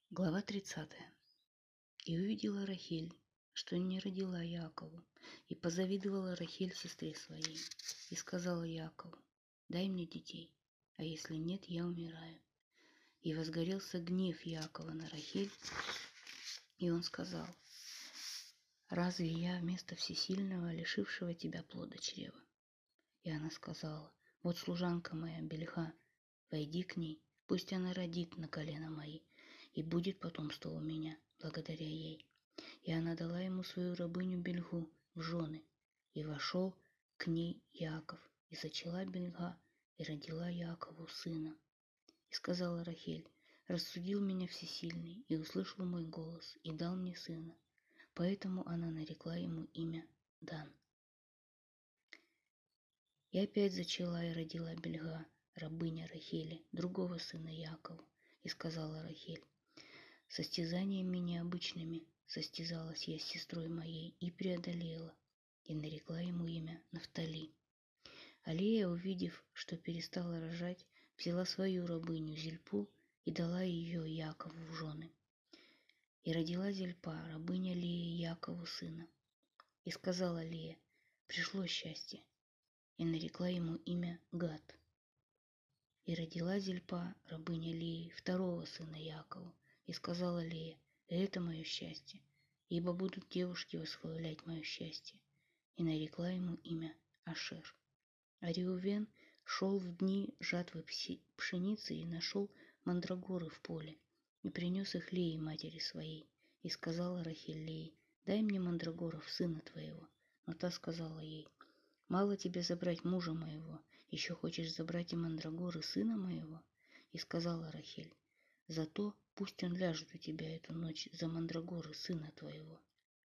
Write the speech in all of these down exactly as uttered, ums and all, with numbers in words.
Глава тридцатая. И увидела Рахиль, что не родила Якову, и позавидовала Рахиль сестре своей, и сказала Якову: дай мне детей, а если нет, я умираю. И возгорелся гнев Якова на Рахиль, и он сказал: разве я вместо всесильного, лишившего тебя плода чрева? И она сказала: вот служанка моя Бильха, войди к ней, пусть она родит на колено мои, и будет потомство у меня благодаря ей. И она дала ему свою рабыню Бильгу в жены, и вошел к ней Яков, и зачала Бильга, и родила Якову сына. И сказала Рахиль: рассудил меня всесильный, и услышал мой голос, и дал мне сына. Поэтому она нарекла ему имя Дан. И опять зачала и родила Бильга, рабыня Рахили, другого сына Якову. И сказала Рахиль: состязаниями необычными состязалась я с сестрой моей и преодолела, и нарекла ему имя Нафтали. А Лея, увидев, что перестала рожать, взяла свою рабыню Зильпу и дала ее Якову в жены. И родила Зильпа, рабыня Леи, Якову сына. И сказала Лея: пришло счастье, и нарекла ему имя Гад. И родила Зильпа, рабыня Леи, второго сына Якову, и сказала Лея: это мое счастье, ибо будут девушки восхвалять мое счастье. И нарекла ему имя Ашер. А Реувен шел в дни жатвы пшеницы и нашел мандрагоры в поле, и принес их Лее, матери своей. И сказала Рахиль Лее: дай мне мандрагоров, сына твоего. Но та сказала ей: мало тебе забрать мужа моего, еще хочешь забрать и мандрагоры сына моего? И сказала Рахиль: зато пусть он ляжет у тебя эту ночь за мандрагоры сына твоего.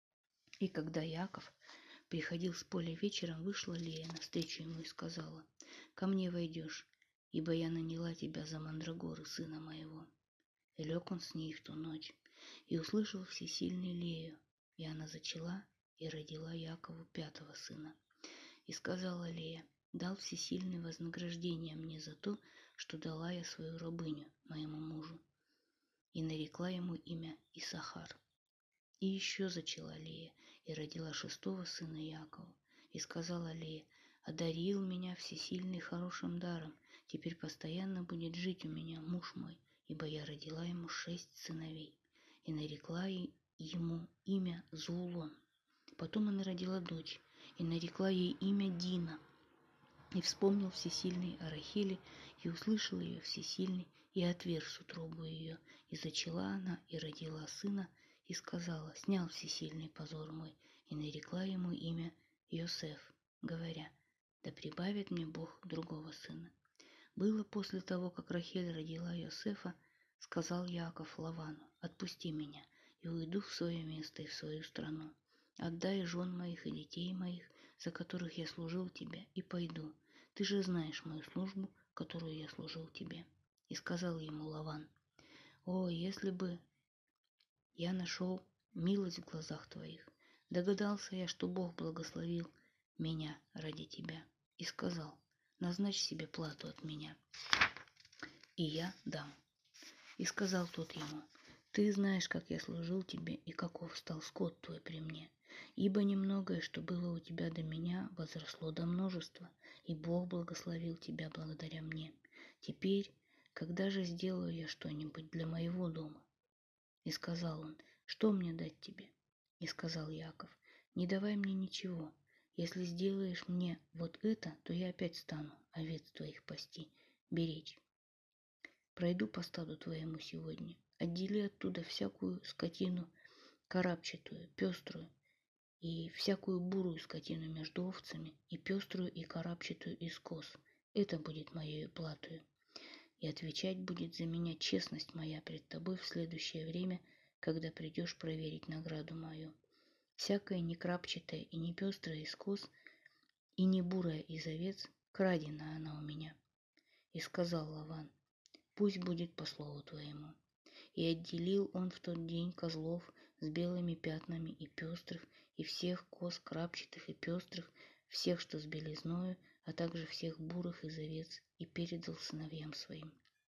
И когда Яков приходил с поля вечером, вышла Лея навстречу ему и сказала: ко мне войдешь, ибо я наняла тебя за мандрагоры сына моего. И лег он с ней в ту ночь, и услышал всесильный Лею, и она зачала и родила Якову пятого сына. И сказала Лея: дал всесильный вознаграждение мне за то, что дала я свою рабыню моему мужу. И нарекла ему имя Исахар. И еще зачала Лея и родила шестого сына Якову. И сказала Лея: одарил меня всесильный хорошим даром, теперь постоянно будет жить у меня муж мой, ибо я родила ему шесть сыновей. И нарекла ему имя Зулон. Потом она родила дочь, и нарекла ей имя Дина. И вспомнил всесильный о Рахиле, и услышал ее всесильный, и отверз утробу ее. И зачала она, и родила сына, и сказала: снял всесильный позор мой, и нарекла ему имя Йосеф, говоря: да прибавит мне Бог другого сына. Было после того, как Рахиль родила Йосефа, сказал Яков Лавану: отпусти меня, и уйду в свое место и в свою страну. Отдай жен моих и детей моих, за которых я служил тебе, и пойду. Ты же знаешь мою службу, которую я служил тебе. И сказал ему Лаван: о, если бы я нашел милость в глазах твоих! Догадался я, что Бог благословил меня ради тебя, и сказал: назначь себе плату от меня, и я дам. И сказал тот ему: ты знаешь, как я служил тебе, и каков стал скот твой при мне. Ибо немногое, что было у тебя до меня, возросло до множества, и Бог благословил тебя благодаря мне. Теперь, когда же сделаю я что-нибудь для моего дома? И сказал он: что мне дать тебе? И сказал Яков: не давай мне ничего. Если сделаешь мне вот это, то я опять стану овец твоих пасти, беречь. Пройду по стаду твоему сегодня, отдели оттуда всякую скотину карапчатую, пеструю, и всякую бурую скотину между овцами, и пеструю и карапчатую из коз. Это будет моей платою. И отвечать будет за меня честность моя пред тобой в следующее время, когда придешь проверить награду мою. Всякая не крапчатая и не пестрая из коз, и не бурая из овец, крадена она у меня. И сказал Лаван: пусть будет по слову твоему. И отделил он в тот день козлов с белыми пятнами и пестрых, и всех коз крапчатых и пестрых, всех, что с белизною, а также всех бурых из овец, и передал сыновьям своим.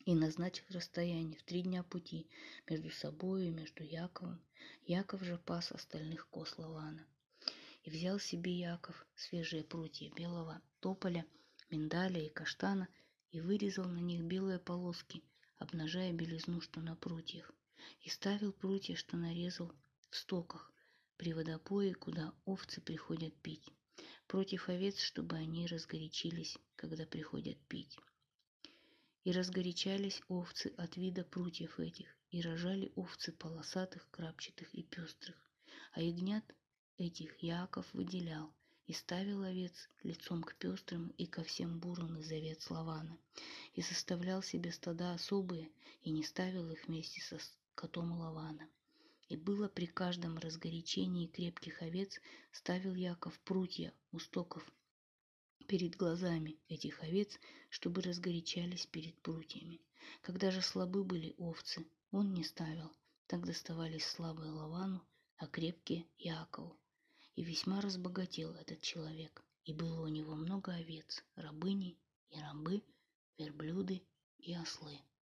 и назначил расстояние в три дня пути между собою и между Яковом. Яков же пас остальных коз Лавана. И взял себе Яков свежие прутья белого тополя, миндаля и каштана, и вырезал на них белые полоски, обнажая белизну, что на прутьях, и ставил прутья, что нарезал, в стоках, при водопое, куда овцы приходят пить, против овец, чтобы они разгорячились, когда приходят пить. И разгорячались овцы от вида прутьев этих, и рожали овцы полосатых, крапчатых и пестрых, а ягнят этих Яаков выделял, и ставил овец лицом к пестрым и ко всем бурым из овец Лавана, и составлял себе стада особые, и не ставил их вместе со скотом Лавана. И было при каждом разгорячении крепких овец, ставил Яков прутья у стоков перед глазами этих овец, чтобы разгорячались перед прутьями. Когда же слабы были овцы, он не ставил, так доставались слабые Лавану, а крепкие Яакову. И весьма разбогател этот человек, и было у него много овец, рабыни и рабы, верблюды и ослы.